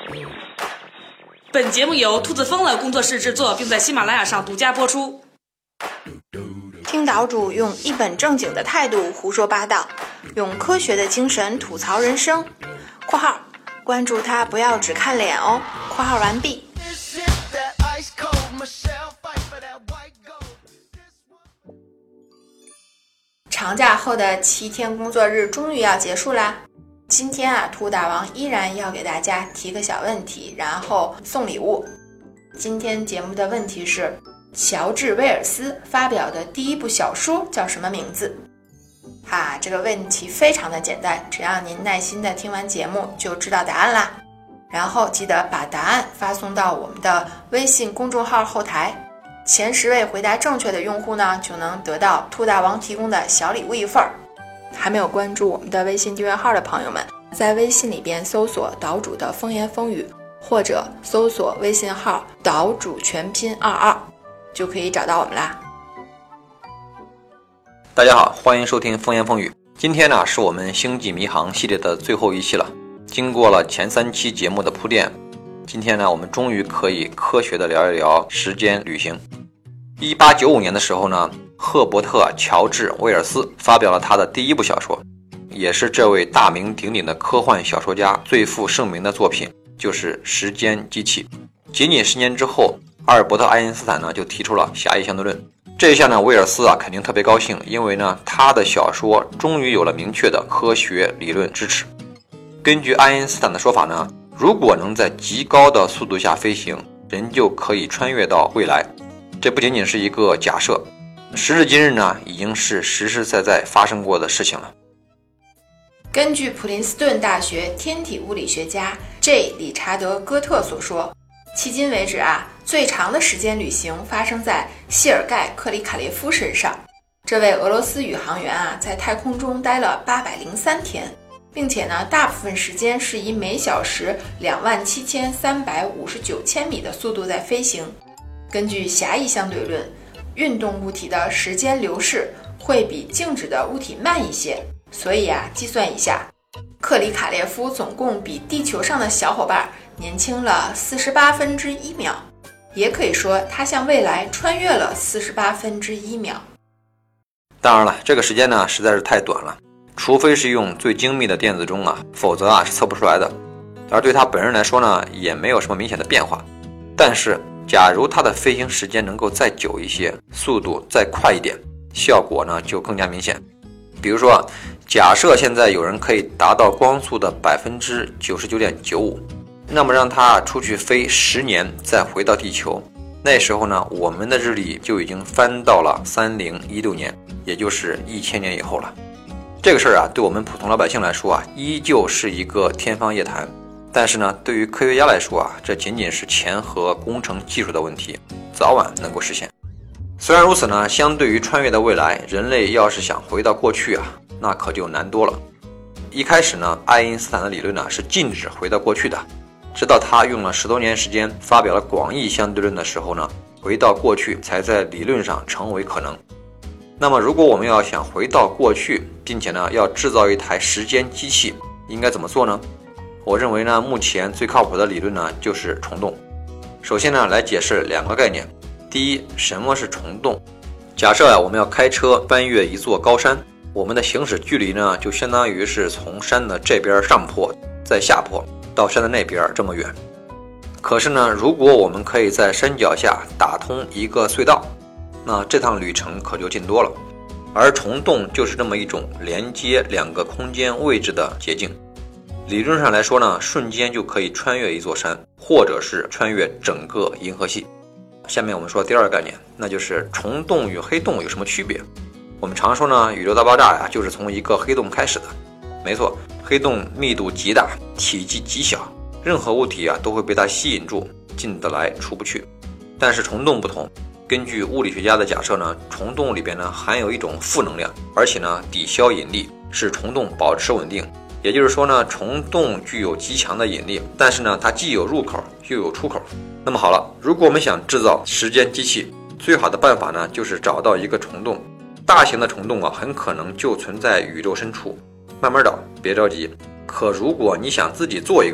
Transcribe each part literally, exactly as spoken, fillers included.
本节目由兔子疯了工作室制作，并在喜马拉雅上独家播出。 听岛主用一本正经的态度胡说八道，用科学的精神吐槽人生（括号关注他不要只看脸哦）（括号完毕）。长假后的七天工作日终于要结束啦。今天啊，兔大王依然要给大家提个小问题，然后送礼物。今天节目的问题是，乔治·威尔斯发表的第一部小说叫什么名字？哈，这个问题非常的简单，只要您耐心的听完节目就知道答案啦。然后记得把答案发送到我们的微信公众号后台，前十位回答正确的用户呢，就能得到兔大王提供的小礼物一份儿。还没有关注我们的微信订阅号的朋友们，在微信里边搜索岛主的风言风语，或者搜索微信号岛主全拼二二，就可以找到我们啦。 大家好，欢迎收听风言风语。今天呢，是我们星际迷航系列的最后一期了。经过了前三期节目的铺垫，今天呢，我们终于可以科学的聊一聊时间旅行。一八九五年的时候呢，赫伯特·乔治·威尔斯发表了他的第一部小说，也是这位大名鼎鼎的科幻小说家最负盛名的作品，就是《时间机器》。仅仅十年之后，阿尔伯特·爱因斯坦呢就提出了狭义相对论。这一下呢，威尔斯啊肯定特别高兴，因为呢他的小说终于有了明确的科学理论支持。根据爱因斯坦的说法呢，如果能在极高的速度下飞行，人就可以穿越到未来。这不仅仅是一个假设，时至今日呢，已经是实实在在发生过的事情了。 根据普林斯顿大学天体物理学家 J. 理查德·戈特所说，迄今为止啊，最长的时间旅行发生在谢尔盖·克里卡列夫身上。这位俄罗斯宇航员啊，在太空中待了八百零三天，并且呢，大部分时间是以每小时两万七千三百五十九千米的速度在飞行。根据狭义相对论，运动物体的时间流逝会比静止的物体慢一些，所以啊，计算一下，克里卡列夫总共比地球上的小伙伴年轻了四十八分之一秒，也可以说他向未来穿越了四十八分之一秒。 当然了，这个时间呢实在是太短了，除非是用最精密的电子钟啊，否则啊是测不出来的。而对他本人来说呢，也没有什么明显的变化。但是假如他的飞行时间能够再久一些，速度再快一点，效果呢就更加明显。比如说，假设现在有人可以达到光速的 百分之九十九点九五， 那么让他出去飞十年再回到地球，那时候呢，我们的日历就已经翻到了三零一六年，也就是一千年以后了。这个事儿啊，对我们普通老百姓来说啊，依旧是一个天方夜谭。但是呢，对于科学家来说啊，这仅仅是钱和工程技术的问题，早晚能够实现。虽然如此呢，相对于穿越的未来，人类要是想回到过去啊，那可就难多了。一开始呢，爱因斯坦的理论呢是禁止回到过去的，直到他用了十多年时间发表了广义相对论的时候呢，回到过去才在理论上成为可能。那么如果我们要想回到过去，并且呢要制造一台时间机器，应该怎么做呢？我认为呢，目前最靠谱的理论呢就是虫洞。首先呢，来解释两个概念。第一，什么是虫洞？假设啊，我们要开车翻越一座高山，我们的行驶距离呢，就相当于是从山的这边上坡，再下坡到山的那边这么远。可是呢，如果我们可以在山脚下打通一个隧道，那这趟旅程可就近多了。而虫洞就是这么一种连接两个空间位置的捷径。理论上来说呢，瞬间就可以穿越一座山，或者是穿越整个银河系。下面我们说第二个概念，那就是虫洞与黑洞有什么区别？我们常说呢，宇宙大爆炸呀，就是从一个黑洞开始的。没错，黑洞密度极大，体积极小，任何物体啊都会被它吸引住，进得来出不去。但是虫洞不同，根据物理学家的假设呢，虫洞里边呢含有一种负能量，而且呢抵消引力，使虫洞保持稳定。也就是说呢，虫洞具有极强的引力，但是呢，它既有入口又有出口。那么好了，如果我们想制造时间机器，最好的办法呢，就是找到一个虫洞。大型的虫洞啊，很可能就存在宇宙深处。慢慢找，别着急。可如果你想自己做一个，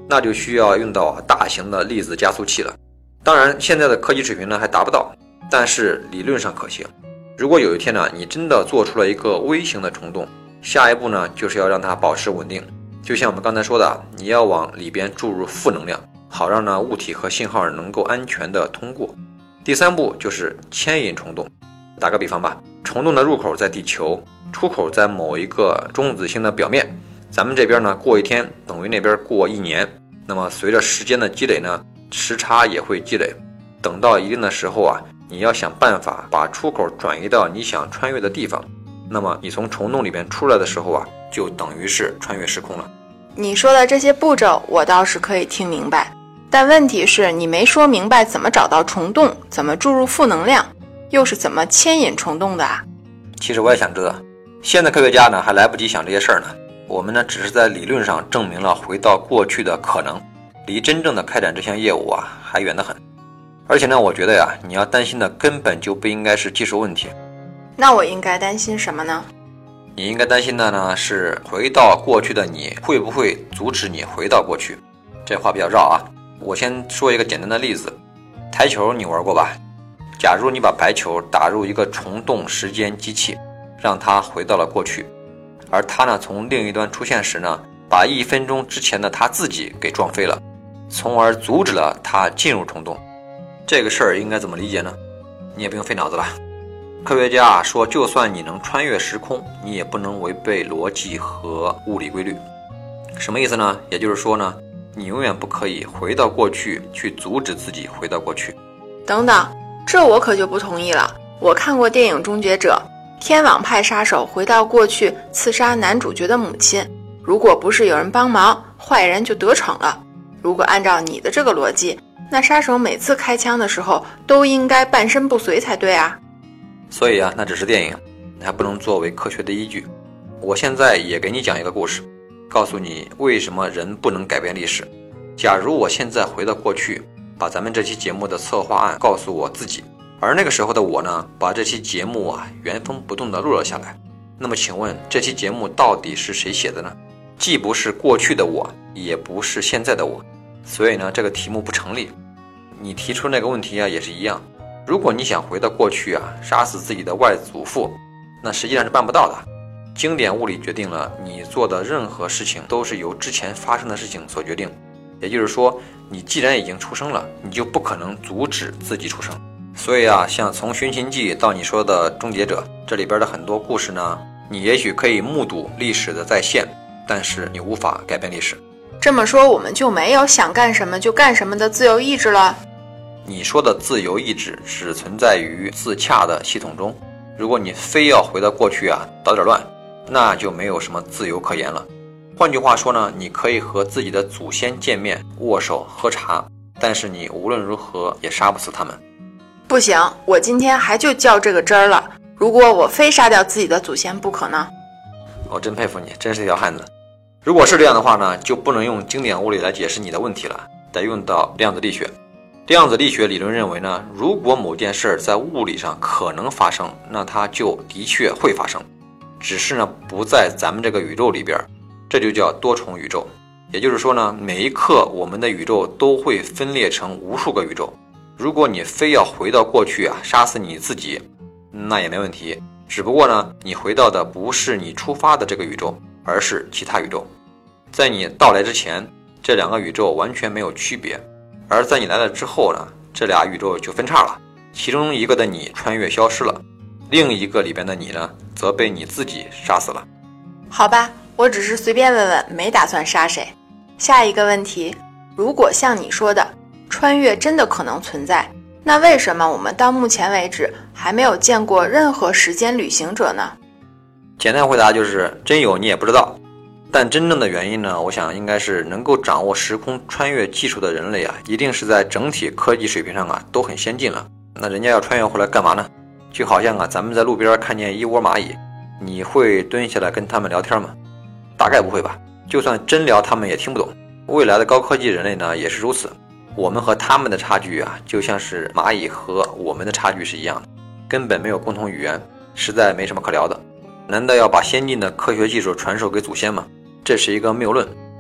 那就需要用到大型的粒子加速器了。当然现在的科技水平呢还达不到，但是理论上可行。如果有一天呢你真的做出了一个微型的虫洞，下一步呢就是要让它保持稳定，就像我们刚才说的，你要往里边注入负能量，好让呢物体和信号能够安全的通过。第三步就是牵引虫洞。打个比方吧，虫洞的入口在地球，出口在某一个中子星的表面，咱们这边呢过一天等于那边过一年，那么随着时间的积累呢，时差也会积累，等到一定的时候啊，你要想办法把出口转移到你想穿越的地方，那么你从虫洞里边出来的时候啊，就等于是穿越时空了。 你说的这些步骤我倒是可以听明白，但问题是你没说明白怎么找到虫洞，怎么注入负能量，又是怎么牵引虫洞的啊？ 其实我也想知道，现在科学家呢还来不及想这些事儿呢，我们呢只是在理论上证明了回到过去的可能，离真正的开展这项业务啊还远得很。而且呢，我觉得呀，你要担心的根本就不应该是技术问题。 那我应该担心什么呢？ 你应该担心的呢是回到过去的你会不会阻止你回到过去。这话比较绕啊，我先说一个简单的例子。台球你玩过吧？假如你把白球打入一个虫洞时间机器，让它回到了过去，而它呢从另一端出现时呢，把一分钟之前的它自己给撞飞了，从而阻止了它进入虫洞。这个事儿应该怎么理解呢？你也不用费脑子了。科学家啊说，就算你能穿越时空，你也不能违背逻辑和物理规律。什么意思呢？也就是说呢，你永远不可以回到过去去阻止自己回到过去。 等等，这我可就不同意了。我看过电影《终结者》，天网派杀手回到过去刺杀男主角的母亲，如果不是有人帮忙，坏人就得逞了。如果按照你的这个逻辑，那杀手每次开枪的时候都应该半身不遂才对啊。 所以啊，那只是电影，还不能作为科学的依据。我现在也给你讲一个故事，告诉你为什么人不能改变历史。假如我现在回到过去，把咱们这期节目的策划案告诉我自己，而那个时候的我呢，把这期节目啊原封不动地录了下来，那么请问这期节目到底是谁写的呢？既不是过去的我，也不是现在的我，所以呢这个题目不成立。你提出那个问题啊也是一样，如果你想回到过去啊杀死自己的外祖父，那实际上是办不到的。经典物理决定了你做的任何事情都是由之前发生的事情所决定，也就是说你既然已经出生了，你就不可能阻止自己出生。所以啊，像从寻秦记到你说的终结者，这里边的很多故事呢，你也许可以目睹历史的再现，但是你无法改变历史。 这么说我们就没有想干什么就干什么的自由意志了？ 你说的自由意志只存在于自洽的系统中，如果你非要回到过去啊捣点乱，那就没有什么自由可言了。换句话说呢，你可以和自己的祖先见面握手喝茶，但是你无论如何也杀不死他们。 不行，我今天还就较这个真儿了。如果我非杀掉自己的祖先不可呢？ 我真佩服你，真是条汉子。如果是这样的话呢，就不能用经典物理来解释你的问题了，得用到量子力学。量子力学理论认为呢，如果某件事在物理上可能发生，那它就的确会发生，只是呢不在咱们这个宇宙里边，这就叫多重宇宙。也就是说呢，每一刻我们的宇宙都会分裂成无数个宇宙。如果你非要回到过去啊，杀死你自己，那也没问题。只不过呢，你回到的不是你出发的这个宇宙，而是其他宇宙。在你到来之前，这两个宇宙完全没有区别。而在你来了之后呢，这俩宇宙就分叉了，其中一个的你穿越消失了，另一个里边的你呢，则被你自己杀死了。 好吧，我只是随便问问，没打算杀谁。下一个问题，如果像你说的，穿越真的可能存在，那为什么我们到目前为止还没有见过任何时间旅行者呢？ 简单回答就是真有你也不知道。但真正的原因呢，我想应该是能够掌握时空穿越技术的人类啊，一定是在整体科技水平上啊都很先进了。那人家要穿越回来干嘛呢？就好像啊咱们在路边看见一窝蚂蚁，你会蹲下来跟他们聊天吗？大概不会吧。就算真聊，他们也听不懂。未来的高科技人类呢也是如此，我们和他们的差距啊，就像是蚂蚁和我们的差距是一样的，根本没有共同语言，实在没什么可聊的。难道要把先进的科学技术传授给祖先吗？这是一个谬论。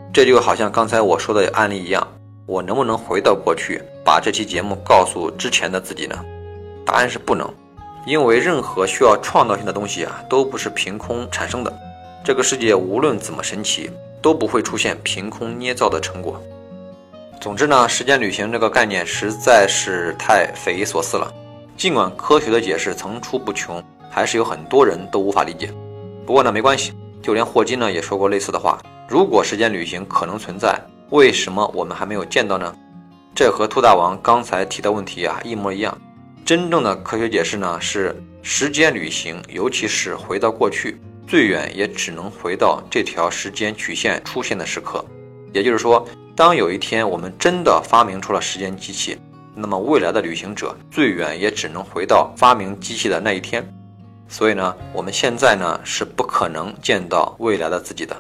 这就好像刚才我说的案例一样，我能不能回到过去，把这期节目告诉之前的自己呢？答案是不能，因为任何需要创造性的东西啊，都不是凭空产生的。这个世界无论怎么神奇，都不会出现凭空捏造的成果。总之呢，时间旅行这个概念实在是太匪夷所思了。尽管科学的解释层出不穷，还是有很多人都无法理解。不过呢，没关系，就连霍金呢也说过类似的话，如果时间旅行可能存在，为什么我们还没有见到呢？这和兔大王刚才提的问题啊一模一样。真正的科学解释呢是时间旅行，尤其是回到过去，最远也只能回到这条时间曲线出现的时刻。也就是说，当有一天我们真的发明出了时间机器，那么未来的旅行者最远也只能回到发明机器的那一天。所以呢，我们现在呢是不可能见到未来的自己的。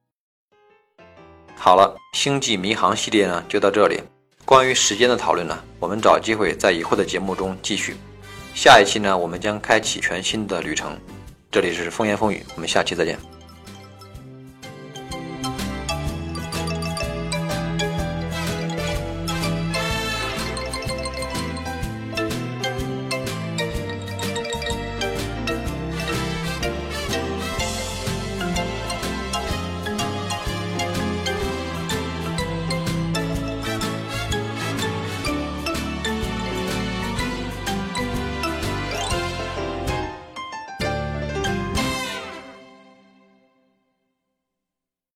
好了，星际迷航系列呢就到这里。关于时间的讨论呢，我们找机会在以后的节目中继续。下一期呢，我们将开启全新的旅程。这里是风言风语，我们下期再见。